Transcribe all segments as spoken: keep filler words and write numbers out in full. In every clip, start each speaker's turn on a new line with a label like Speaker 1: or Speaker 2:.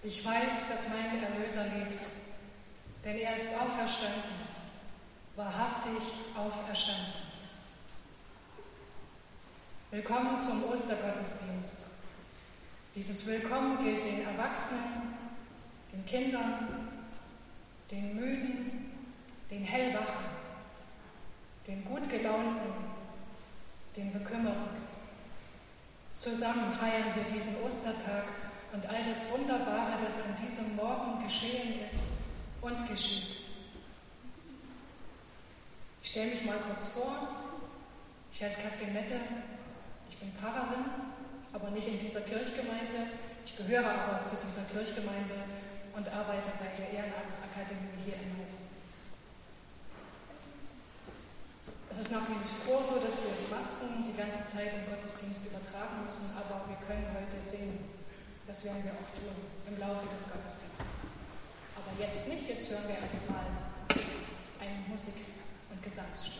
Speaker 1: Ich weiß, dass mein Erlöser lebt, denn er ist auferstanden, wahrhaftig auferstanden. Willkommen zum Ostergottesdienst. Dieses Willkommen gilt den Erwachsenen, den Kindern, den Müden, den Hellwachen, den Gutgelaunten, den Bekümmerten. Zusammen feiern wir diesen Ostertag und all das Wunderbare, das an diesem Morgen geschehen ist und geschieht. Ich stelle mich mal kurz vor. Ich heiße Kathrin Mette, ich bin Pfarrerin, aber nicht in dieser Kirchgemeinde. Ich gehöre aber zu dieser Kirchgemeinde und arbeite bei der Ehrenamtsakademie hier in Meißen. Es ist nach wie vor so, dass wir die Masken die ganze Zeit im Gottesdienst übertragen müssen, aber wir können heute singen. Das werden wir auch tun im Laufe des Gottesdienstes. Aber jetzt nicht, jetzt hören wir erstmal ein Musik- und Gesangsstück.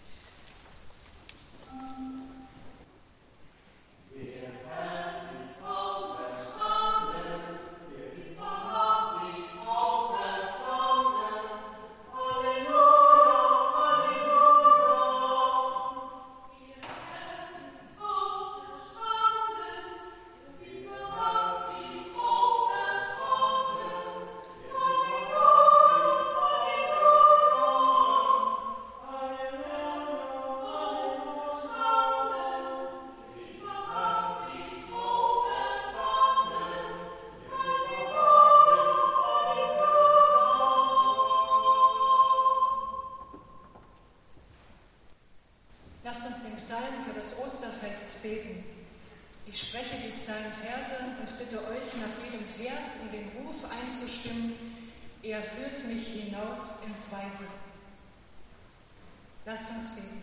Speaker 1: Lasst uns den Psalm für das Osterfest beten. Ich spreche die Psalmverse und bitte euch, nach jedem Vers in den Ruf einzustimmen: Er führt mich hinaus ins Weite. Lasst uns beten.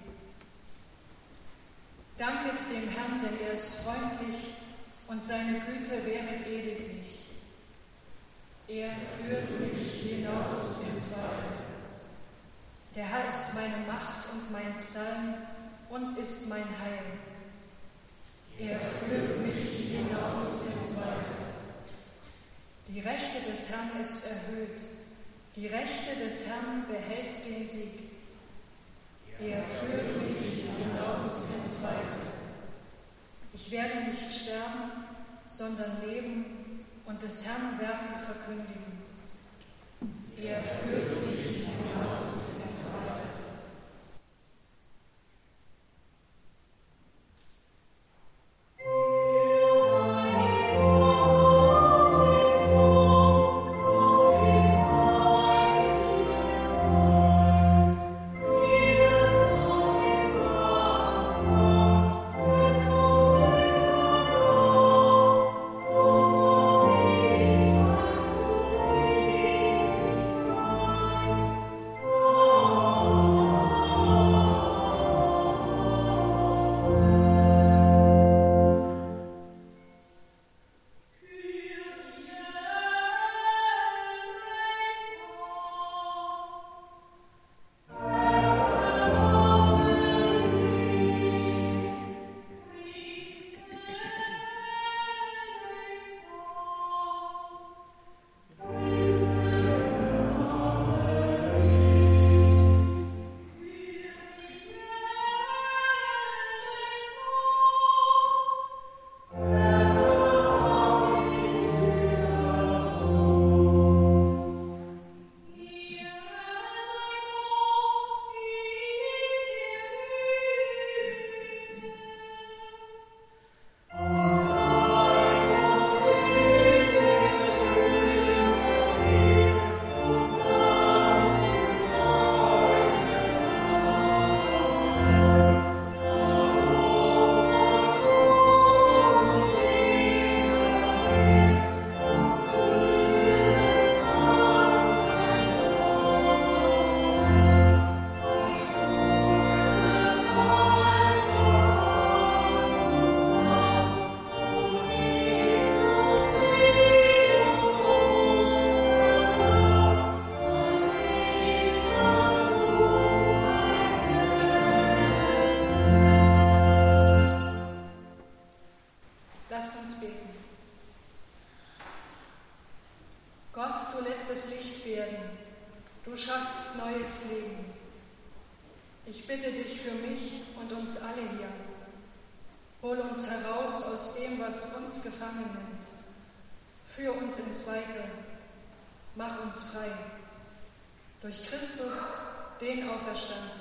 Speaker 1: Danket dem Herrn, denn er ist freundlich und seine Güte währet ewiglich. Er führt mich hinaus ins Weite. Der Herr ist meine Macht und mein Psalm und ist mein Heil. Er führt mich hinaus ins Weite. Die Rechte des Herrn ist erhöht, die Rechte des Herrn behält den Sieg. Er führt mich hinaus ins Weite. Ich werde nicht sterben, sondern leben und des Herrn Werke verkündigen. Er führt mich hinaus ins Weite. Gott, du lässt es Licht werden, du schaffst neues Leben. Ich bitte dich für mich und uns alle hier. Hol uns heraus aus dem, was uns gefangen nimmt. Führ uns ins Weite. Mach uns frei. Durch Christus, den Auferstandenen.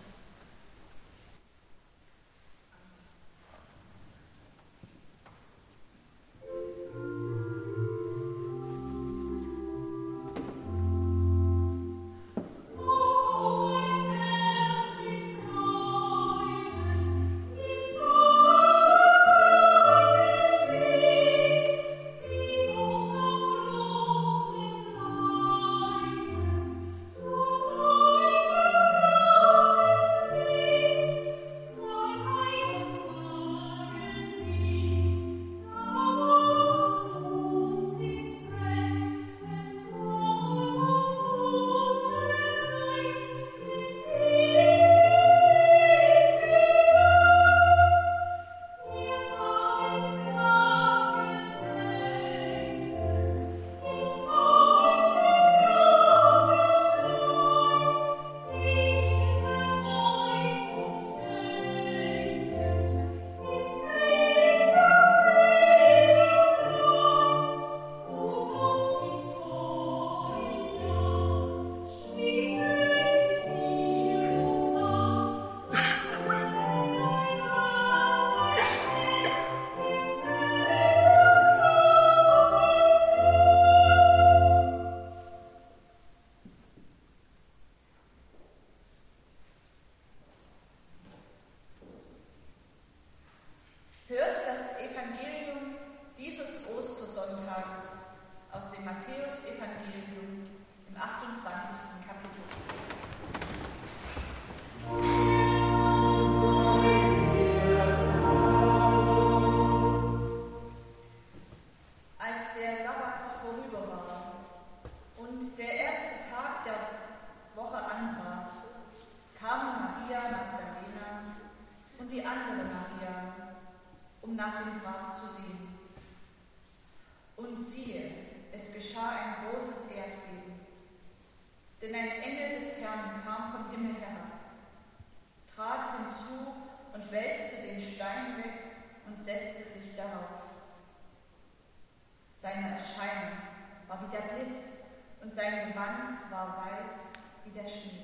Speaker 2: Seine Erscheinung war wie der Blitz und sein Gewand war weiß wie der Schnee.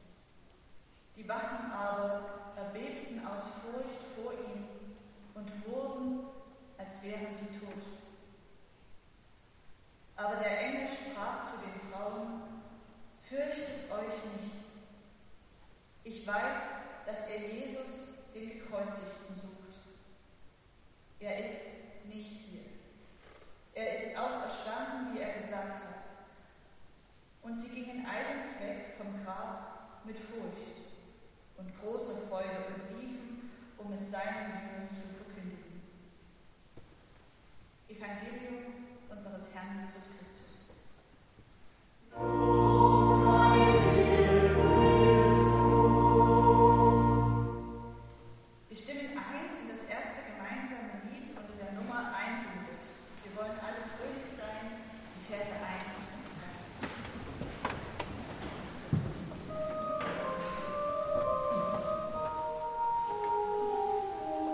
Speaker 2: Die Wachen aber erbebten aus Furcht vor ihm und wurden, als wären sie tot. Aber der Engel sprach zu den Frauen: Fürchtet euch nicht. Ich weiß, dass ihr Jesus, den Gekreuzigten, sucht. Er ist nicht hier. Er ist auferstanden, wie er gesagt hat. Und sie gingen eilends weg vom Grab mit Furcht und großer Freude und riefen, um es seinen Jüngern zu verkündigen. Evangelium unseres Herrn Jesus Christus. Wir stimmen ein in das erste gemeinsame Lied unter der Nummer hundert. Wir wollen alle fröhlich sein, die Verse eins und zwei.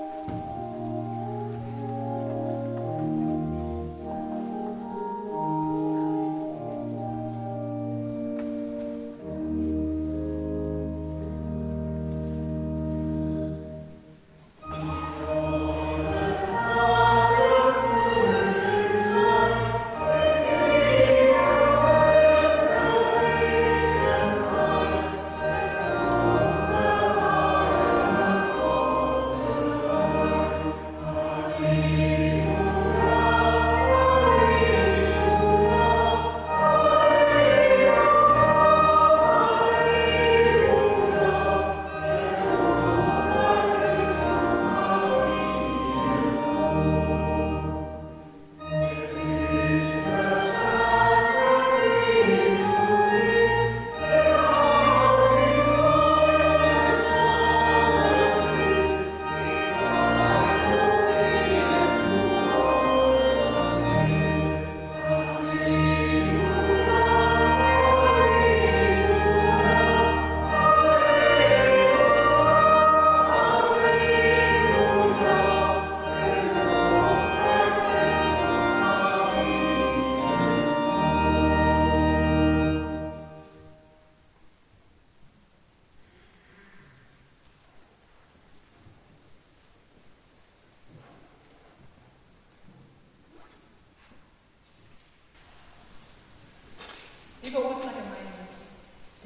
Speaker 3: Thank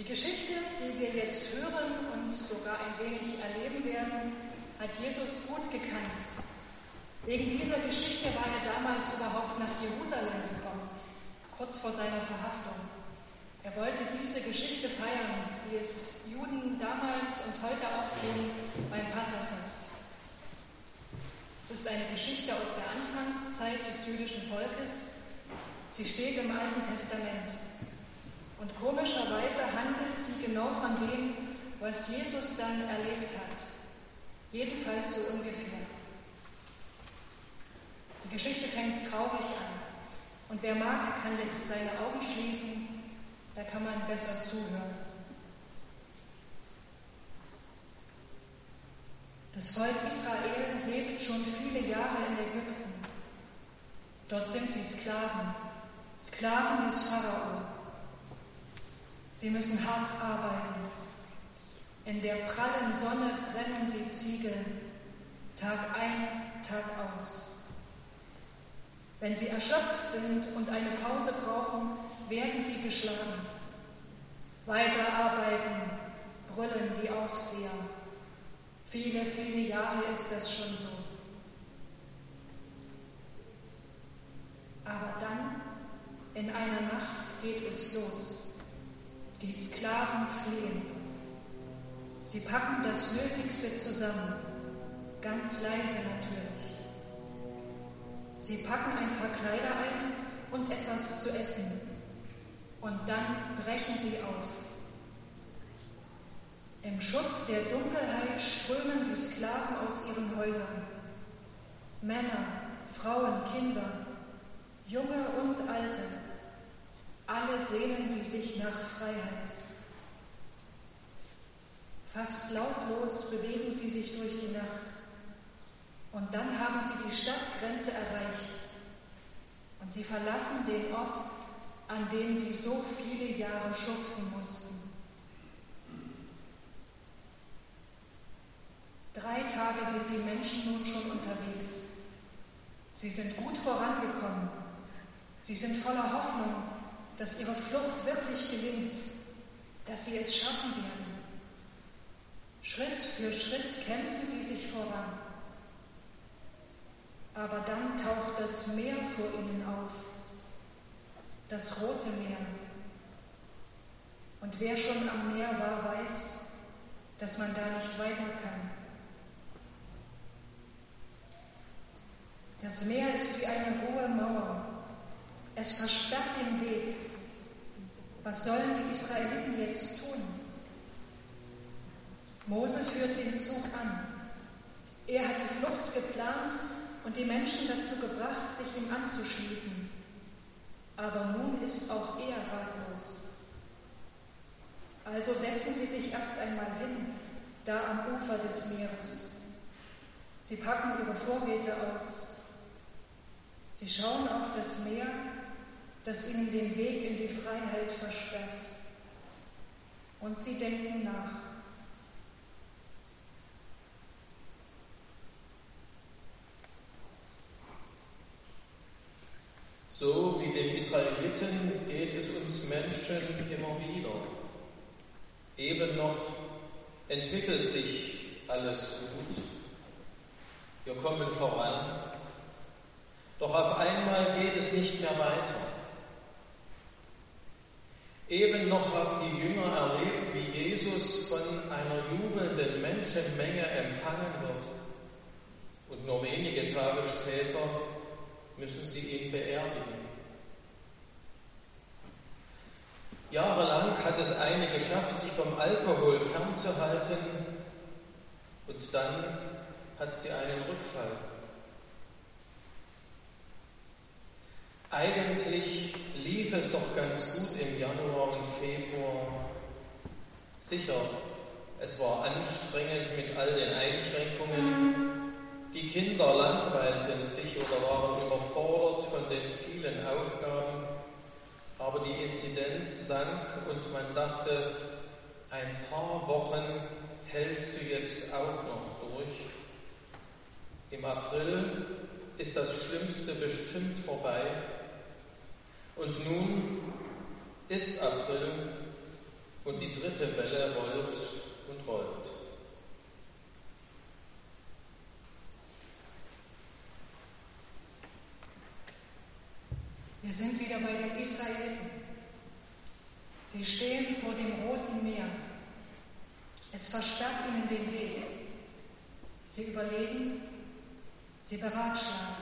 Speaker 1: Geschichte, die wir jetzt hören und sogar ein wenig erleben werden, hat Jesus gut gekannt. Wegen dieser Geschichte war er damals überhaupt nach Jerusalem gekommen, kurz vor seiner Verhaftung. Er wollte diese Geschichte feiern, wie es Juden damals und heute auch tun beim Passafest. Es ist eine Geschichte aus der Anfangszeit des jüdischen Volkes. Sie steht im Alten Testament. Und komischerweise handelt sie genau von dem, was Jesus dann erlebt hat. Jedenfalls so ungefähr. Die Geschichte fängt traurig an. Und wer mag, kann jetzt seine Augen schließen. Da kann man besser zuhören. Das Volk Israel lebt schon viele Jahre in Ägypten. Dort sind sie Sklaven, Sklaven des Pharao. Sie müssen hart arbeiten. In der prallen Sonne brennen sie Ziegel, Tag ein, Tag aus. Wenn sie erschöpft sind und eine Pause brauchen, werden sie geschlagen. Weiter arbeiten, brüllen die Aufseher. Viele, viele Jahre ist das schon so. Aber dann, in einer Nacht, geht es los. Die Sklaven fliehen. Sie packen das Nötigste zusammen, ganz leise natürlich. Sie packen ein paar Kleider ein und etwas zu essen. Und dann brechen sie auf. Im Schutz der Dunkelheit strömen die Sklaven aus ihren Häusern. Männer, Frauen, Kinder, Junge und Alte, alle sehnen sie sich nach Freiheit. Fast lautlos bewegen sie sich durch die Nacht. Und dann haben sie die Stadtgrenze erreicht. Und sie verlassen den Ort, an dem sie so viele Jahre schuften mussten. Drei Tage sind die Menschen nun schon unterwegs. Sie sind gut vorangekommen. Sie sind voller Hoffnung, dass ihre Flucht wirklich gelingt, dass sie es schaffen werden. Schritt für Schritt kämpfen sie sich voran. Aber dann taucht das Meer vor ihnen auf. Das Rote Meer. Und wer schon am Meer war, weiß, dass man da nicht weiter kann. Das Meer ist wie eine hohe Mauer. Es versperrt den Weg. Was sollen die Israeliten jetzt tun? Mose führt den Zug an. Er hat die Flucht geplant und die Menschen dazu gebracht, sich ihm anzuschließen. Aber nun ist auch er ratlos. Also setzen sie sich erst einmal hin, da am Ufer des Meeres. Sie packen ihre Vorräte aus. Sie schauen auf das Meer, das ihnen den Weg in die Freiheit versperrt. Und sie denken nach.
Speaker 3: So wie den Israeliten geht es uns Menschen immer wieder. Eben noch entwickelt sich alles gut. Wir kommen voran. Doch auf einmal geht es nicht mehr weiter. Eben noch haben die Jünger erlebt, wie Jesus von einer jubelnden Menschenmenge empfangen wird. Und nur wenige Tage später müssen sie ihn beerdigen. Jahrelang hat es eine geschafft, sich vom Alkohol fernzuhalten, und dann hat sie einen Rückfall. Eigentlich lief es doch ganz gut im Januar und Februar. Sicher, es war anstrengend mit all den Einschränkungen. Die Kinder langweilten sich oder waren überfordert von den vielen Aufgaben. Aber die Inzidenz sank und man dachte, ein paar Wochen hältst du jetzt auch noch durch. Im April ist das Schlimmste bestimmt vorbei. Und nun ist April Und die dritte Welle rollt und rollt.
Speaker 1: Wir sind wieder bei den Israeliten. Sie stehen vor dem Roten Meer. Es versperrt ihnen den Weg. Sie überlegen, sie beratschlagen.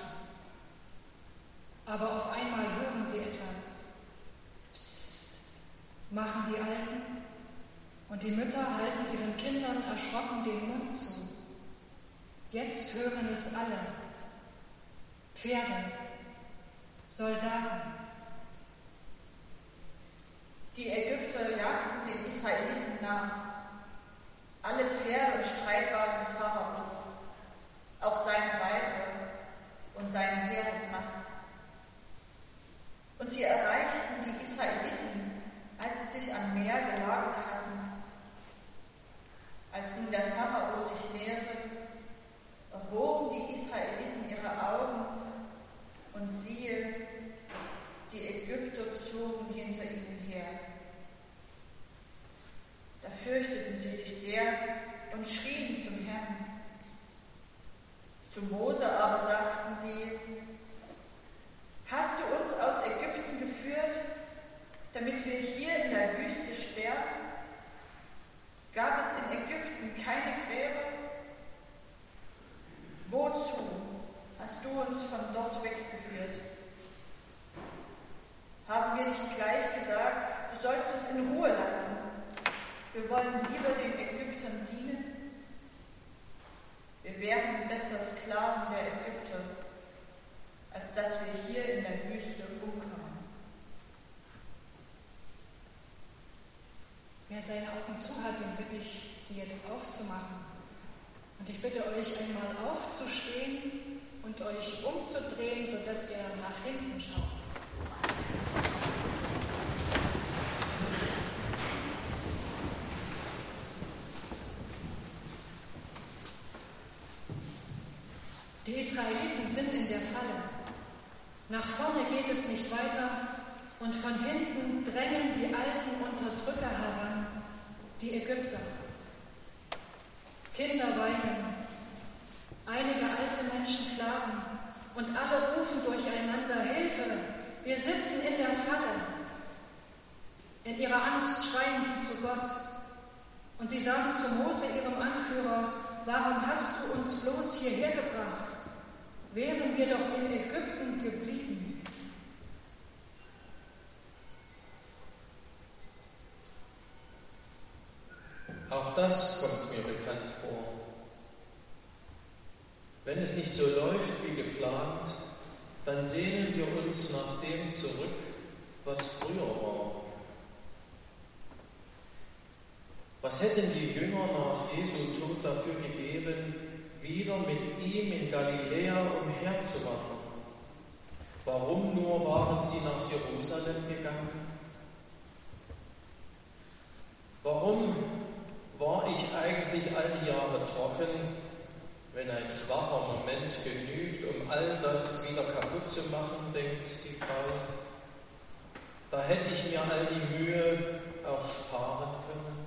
Speaker 1: Aber auf einmal hören sie etwas. Psst, machen die Alten, und die Mütter halten ihren Kindern erschrocken den Mund zu. Jetzt hören es alle. Pferde, Soldaten.
Speaker 2: Die Ägypter jagten den Israeliten nach. Alle Pferde und Streitwagen des Pharao, auch seine Reiter und seine Heeresmacht. Und sie erreichten die Israeliten, als sie sich am Meer gelagert hatten. Als nun der Pharao sich näherte, erhoben die Israeliten ihre Augen und siehe, die Ägypter zogen hinter ihnen her. Da fürchteten sie sich sehr und schrien zum Herrn. Zu Mose aber sagten sie: Hast du uns aus Ägypten geführt, damit wir hier in der Wüste sterben? Gab es in Ägypten keine Gräber? Wozu hast du uns von dort weggeführt? Haben wir nicht gleich gesagt, du sollst uns in Ruhe lassen? Wir wollen lieber den Ägyptern dienen. Wir wären besser Sklaven der Ägypter, als dass wir hier in der Wüste umkommen.
Speaker 1: Wer seine Augen zu hat, den bitte ich, sie jetzt aufzumachen. Und ich bitte euch einmal aufzustehen und euch umzudrehen, sodass ihr nach hinten schaut. Die Israeliten sind in der Falle. Nach vorne geht es nicht weiter und von hinten drängen die alten Unterdrücker heran, die Ägypter. Kinder weinen, einige alte Menschen klagen und alle rufen durcheinander: Hilfe, wir sitzen in der Falle. In ihrer Angst schreien sie zu Gott und sie sagen zu Mose, ihrem Anführer: Warum hast du uns bloß hierher gebracht? Wären wir doch in Ägypten geblieben.
Speaker 3: Auch das kommt mir bekannt vor. Wenn es nicht so läuft wie geplant, dann sehnen wir uns nach dem zurück, was früher war. Was hätten die Jünger nach Jesu Tod dafür gegeben, wieder mit ihm in Galiläa umherzuwandern? Warum nur waren sie nach Jerusalem gegangen? Warum war ich eigentlich all die Jahre trocken, wenn ein schwacher Moment genügt, um all das wieder kaputt zu machen, denkt die Frau. Da hätte ich mir all die Mühe auch sparen können.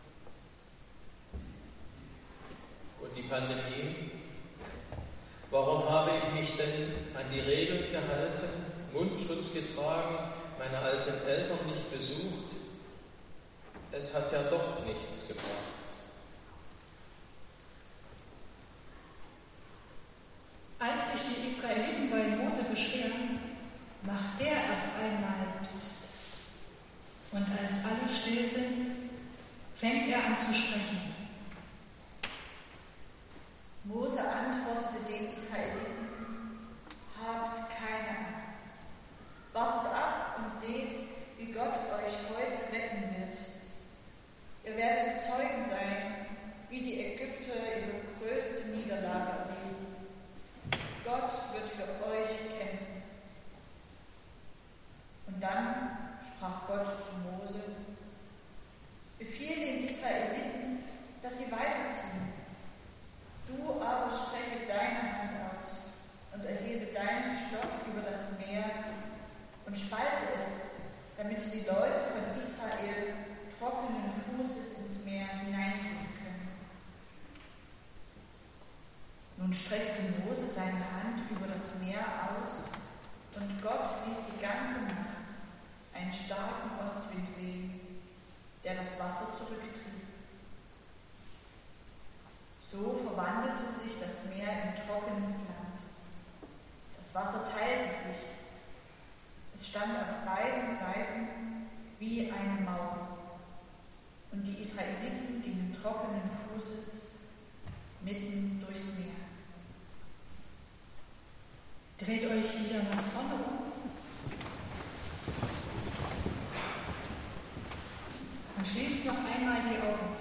Speaker 3: Und die Pandemie? Warum habe ich mich denn an die Regeln gehalten, Mundschutz getragen, meine alten Eltern nicht besucht? Es hat ja doch nichts gebracht.
Speaker 1: Als sich die Israeliten bei Mose beschweren, macht der erst einmal Psst. Und als alle still sind, fängt er an zu sprechen.
Speaker 2: Mose antwortete den Israeliten: Habt keine Angst. Wartet ab und seht, wie Gott euch heute retten wird. Ihr werdet Zeugen sein, wie die Ägypter ihre größte Niederlage erleben. Gott wird für euch kämpfen. Und dann sprach Gott zu Mose: Befiehl den Israeliten, dass sie weiterziehen. Du aber strecke deine Hand aus und erhebe deinen Stock über das Meer und spalte es, damit die Leute von Israel trockenen Fußes ins Meer hineingehen können. Nun streckte Mose seine Hand über das Meer aus und Gott ließ die ganze Nacht einen starken Ostwind wehen, der das Wasser zurücktrieb. So verwandelte sich das Meer in trockenes Land. Das Wasser teilte sich. Es stand auf beiden Seiten wie eine Mauer. Und die Israeliten gingen trockenen Fußes mitten durchs Meer.
Speaker 1: Dreht euch wieder nach vorne um und schließt noch einmal die Augen.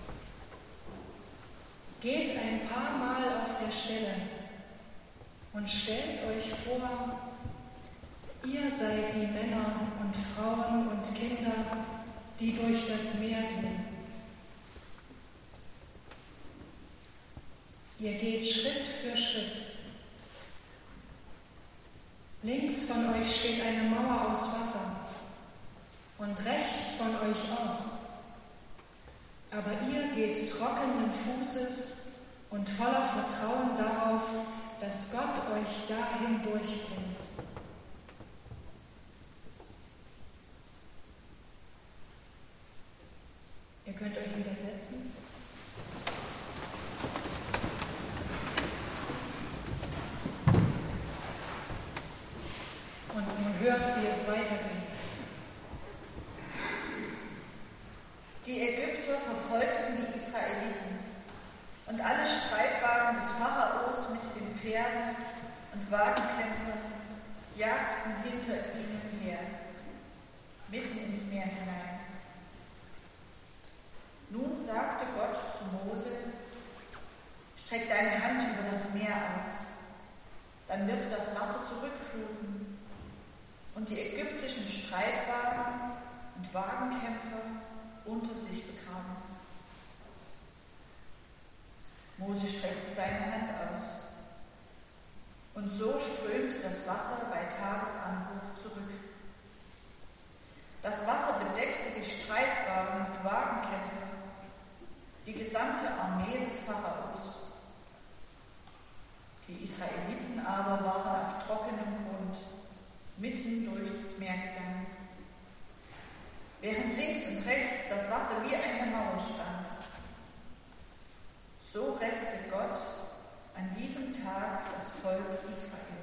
Speaker 1: Geht ein paar Mal auf der Stelle und stellt euch vor, ihr seid die Männer und Frauen und Kinder, die durch das Meer gehen. Ihr geht Schritt für Schritt. Links von euch steht eine Mauer aus Wasser und rechts von euch auch. Aber ihr geht trockenen Fußes und voller Vertrauen darauf, dass Gott euch dahin durchbringt. Ihr könnt euch wieder setzen. Und nun hört, wie es weitergeht.
Speaker 2: Die Ägypter verfolgten die Israeliten und alle Streitwagen des Pharaos mit den Pferden und Wagenkämpfern jagten hinter ihnen her, mitten ins Meer hinein. Nun sagte Gott zu Mose: Streck deine Hand über das Meer aus, dann wird das Wasser zurückfluten und die ägyptischen Streitwagen und Wagenkämpfer unter sich begraben. Mose streckte seine Hand aus und so strömte das Wasser bei Tagesanbruch zurück. Das Wasser bedeckte die Streitwagen und Wagenkämpfer, die gesamte Armee des Pharaos. Die Israeliten aber waren auf trockenem Grund, mitten durch das Meer gegangen. Während links und rechts das Wasser wie eine Mauer stand. So rettete Gott an diesem Tag das Volk Israel.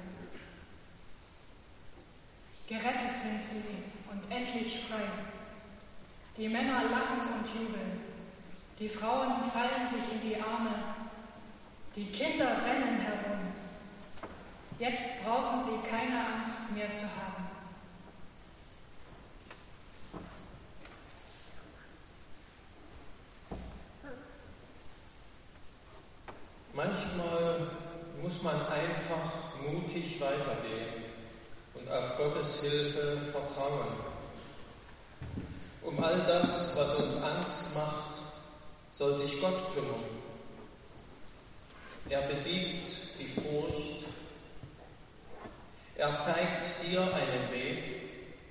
Speaker 1: Gerettet sind sie und endlich frei. Die Männer lachen und jubeln. Die Frauen fallen sich in die Arme. Die Kinder rennen herum. Jetzt brauchen sie keine Angst mehr zu haben.
Speaker 3: Manchmal muss man einfach mutig weitergehen und auf Gottes Hilfe vertrauen. Um all das, was uns Angst macht, soll sich Gott kümmern. Er besiegt die Furcht. Er zeigt dir einen Weg.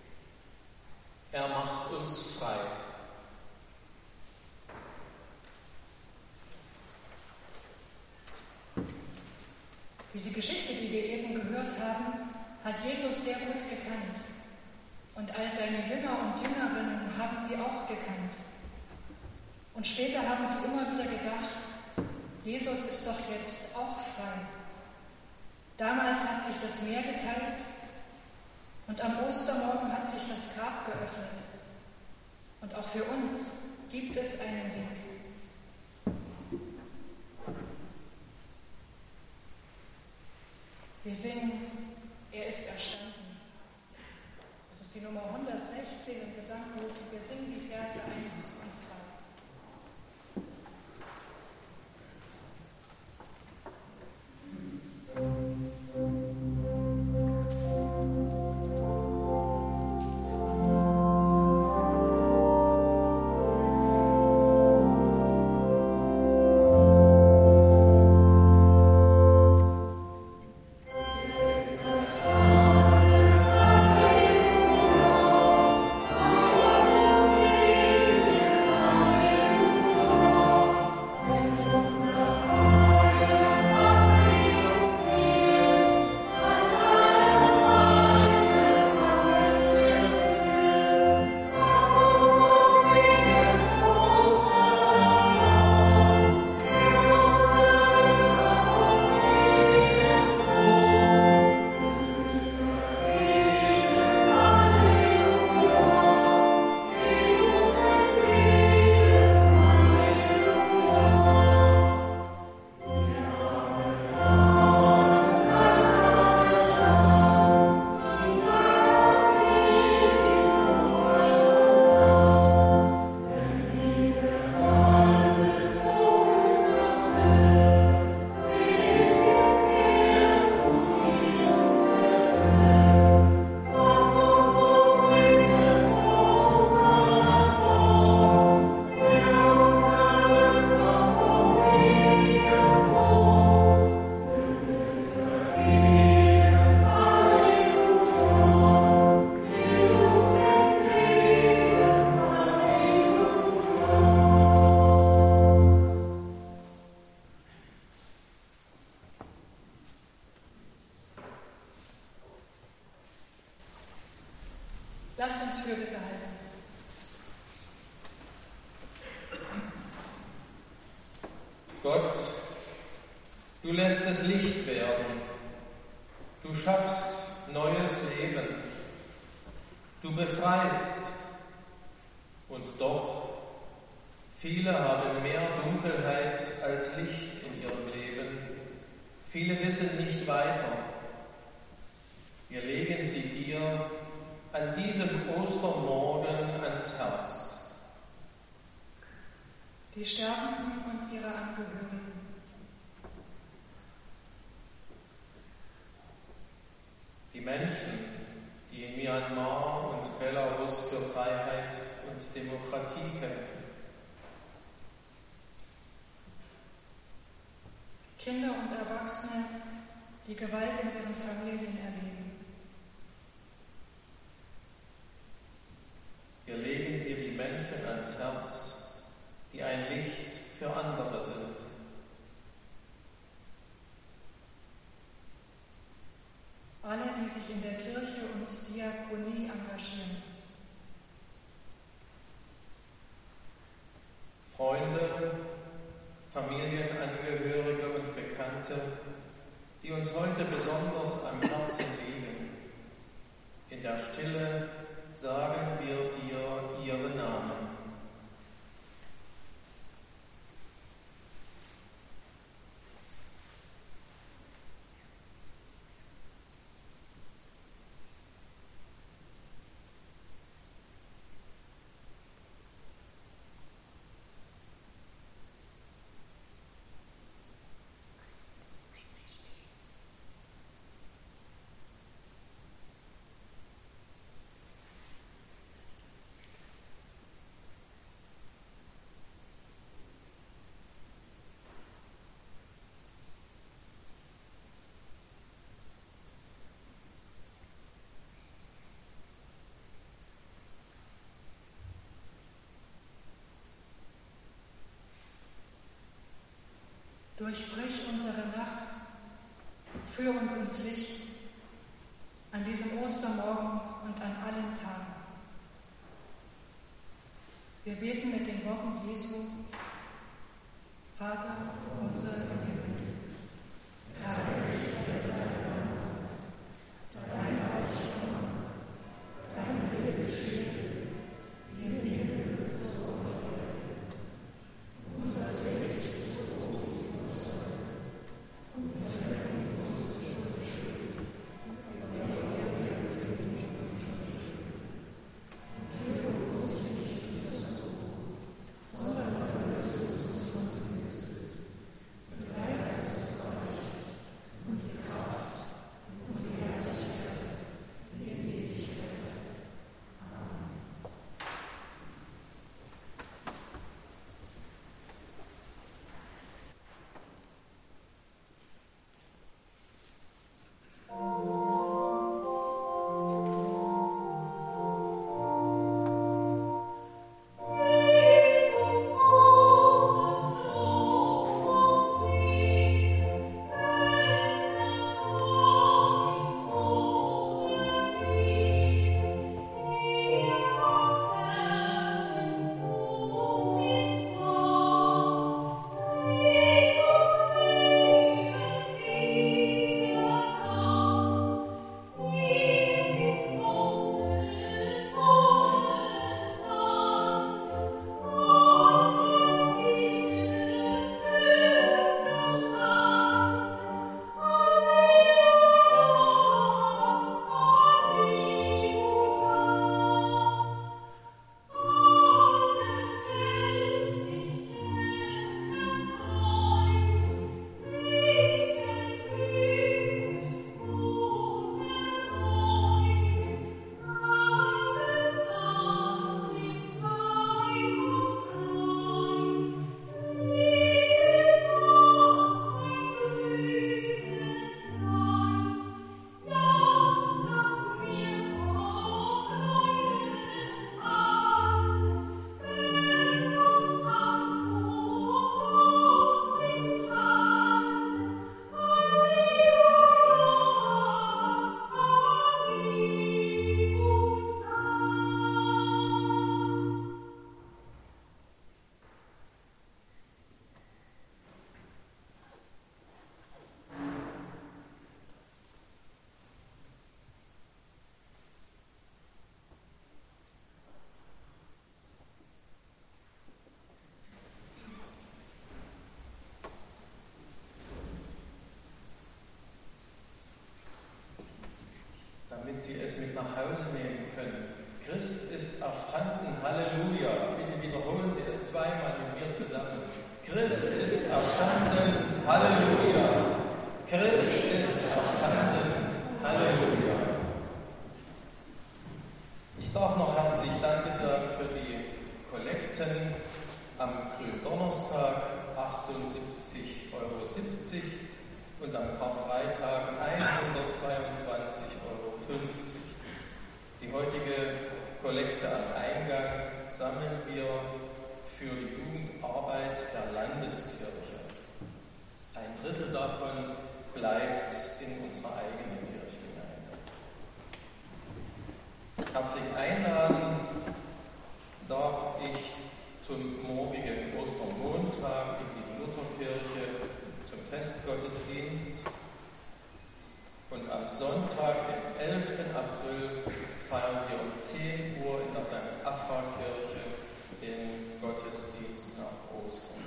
Speaker 3: Er macht uns frei.
Speaker 1: Diese Geschichte, die wir eben gehört haben, hat Jesus sehr gut gekannt. Und all seine Jünger und Jüngerinnen haben sie auch gekannt. Und später haben sie immer wieder gedacht, Jesus ist doch jetzt auch frei. Damals hat sich das Meer geteilt und am Ostermorgen hat sich das Grab geöffnet. Und auch für uns gibt es einen Weg. Wir singen, er ist erstanden. Das ist die Nummer hundertsechzehn im Gesangbuch. Wir singen die Verse eins und zwei.
Speaker 4: Thank you.
Speaker 1: dafür bitte halten.
Speaker 3: Gott, du lässt es Licht werden. Du schaffst neues Leben. Du befreist. Und doch, viele haben mehr Dunkelheit als Licht in ihrem Leben. Viele wissen nicht weiter. Wir legen sie dir an diesem Ostermorgen ans Herz.
Speaker 1: Die Sterbenden und ihre Angehörigen.
Speaker 3: Die Menschen, die in Myanmar und Belarus für Freiheit und Demokratie kämpfen.
Speaker 1: Kinder und Erwachsene, die Gewalt in ihren Familien erleben.
Speaker 3: Wir legen dir die Menschen ans Herz, die ein Licht für andere sind.
Speaker 1: Alle, die sich in der Kirche und Diakonie engagieren.
Speaker 3: Freunde, Familienangehörige und Bekannte, die uns heute besonders am Herzen liegen. In der Stille sagen wir dir ihre Namen.
Speaker 1: Durchbrich unsere Nacht, führ uns ins Licht, an diesem Ostermorgen und an allen Tagen. Wir beten mit den Worten Jesu: Vater unser im Himmel, heilig werde dein Name, dein Reich komme, dein Wille geschehe, wie im Himmel so auf Erden. Unser tägliches Brot gib uns heute und vergib uns unsere Schuld, wie auch wir vergeben unseren Schuldigen. Und führe uns nicht in Versuchung, sondern erlöse uns von dem Bösen. Denn dein
Speaker 3: Christ ist erstanden, Halleluja. Bitte wiederholen Sie es zweimal mit mir zusammen. Christ ist erstanden, Halleluja. Christ ist erstanden, Halleluja. Ich darf noch herzlich Danke sagen für die Kollekten am Gründonnerstag, achtundsiebzig Euro siebzig, und am Karfreitag hundertzweiundzwanzig Euro fünfzig. Die heutige Kollekte am Eingang sammeln wir für die Jugendarbeit der Landeskirche. Ein Drittel davon bleibt in unserer eigenen Kirchengemeinde. Herzlich einladen darf ich zum morgigen Ostermontag in die Lutherkirche zum Festgottesdienst. Und am Sonntag, den elften April, feiern wir um zehn Uhr in der Sankt Afra-Kirche den Gottesdienst nach Ostern.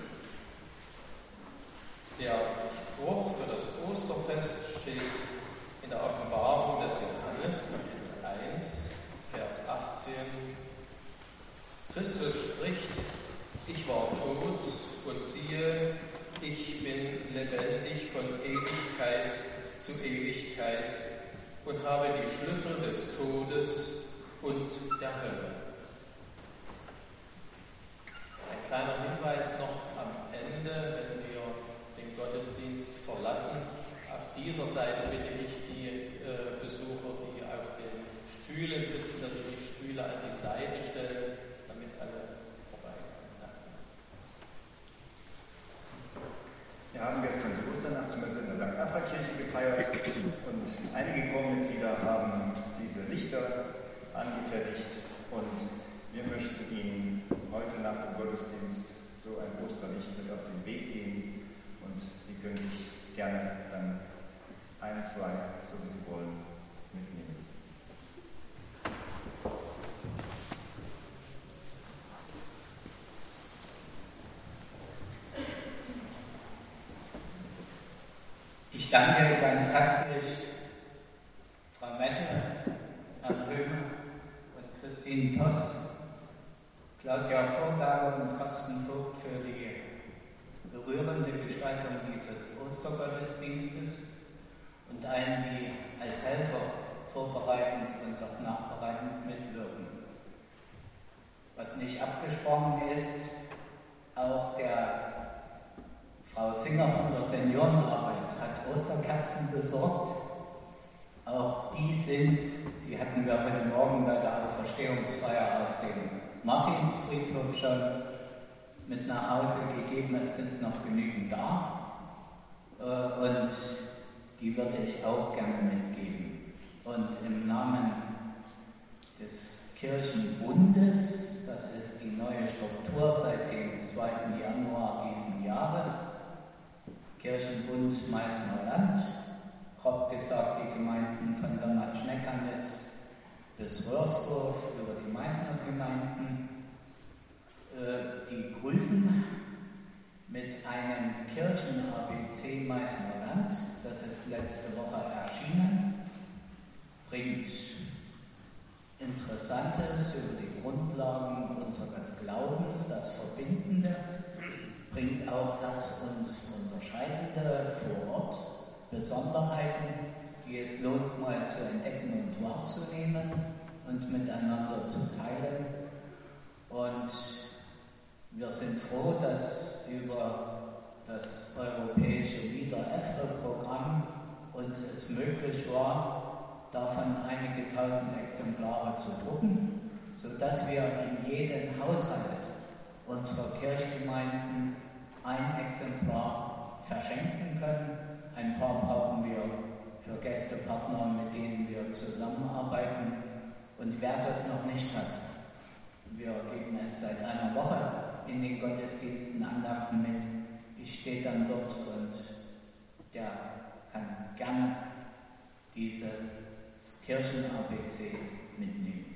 Speaker 3: Der Spruch für das Osterfest steht in der Offenbarung des Johannes, Kapitel eins, Vers achtzehn. Christus spricht: Ich war tot und siehe, ich bin lebendig von Ewigkeit zu Ewigkeit und habe die Schlüssel des Todes und der Hölle. Ein kleiner Hinweis noch am Ende, wenn wir den Gottesdienst verlassen. Auf dieser Seite bitte ich die äh, Besucher, die auf den Stühlen sitzen, dass sie die Stühle an die Seite stellen, damit alle vorbeikommen. Danke.
Speaker 4: Wir haben gestern die Osternachtsmesse in der Sankt Afra-Kirche gefeiert und einige Chormitglieder haben diese Lichter angefertigt, und wir möchten Ihnen heute nach dem Gottesdienst so ein Osterlicht mit auf den Weg geben, und Sie können sich gerne dann ein, zwei, so wie Sie wollen, mitnehmen.
Speaker 5: Ich danke ganz herzlich Frau Mette, Herrn Höhmer und Christine Toss, Claudia Vorberger und Carsten Vogt für die berührende Gestaltung dieses Ostergottesdienstes und allen, die als Helfer vorbereitend und auch nachbereitend mitwirken. Was nicht abgesprochen ist, auch der Frau Singer von der Seniorenarbeit hat Osterkerzen besorgt. Auch die sind, die hatten wir heute Morgen bei der Auferstehungsfeier auf dem Martinsfriedhof schon mit nach Hause gegeben. Es sind noch genügend da, und die würde ich auch gerne mitgeben. Und im Namen des Kirchenbundes, das ist die neue Struktur seit dem zweiten Januar diesen Jahres, Kirchenbund Meißner Land, grob gesagt die Gemeinden von Lermatsch-Neckernitz bis Röhrsdorf über die Meißner Gemeinden, äh, die grüßen mit einem Kirchen-A B C Meißner Land, das ist letzte Woche erschienen, bringt Interessantes über die Grundlagen unseres Glaubens, das Verbindende, bringt auch das uns Unterscheidende vor Ort, Besonderheiten, die es lohnt, mal zu entdecken und wahrzunehmen und miteinander zu teilen. Und wir sind froh, dass über das europäische Lieder-EFRE-Programm uns es möglich war, davon einige tausend Exemplare zu drucken, sodass wir in jeden Haushalt unserer Kirchgemeinden ein Exemplar verschenken können. Ein paar brauchen wir für Gästepartner, mit denen wir zusammenarbeiten. Und wer das noch nicht hat, wir geben es seit einer Woche in den Gottesdiensten, Andachten mit. Ich stehe dann dort und der kann gerne dieses Kirchen-A B C mitnehmen.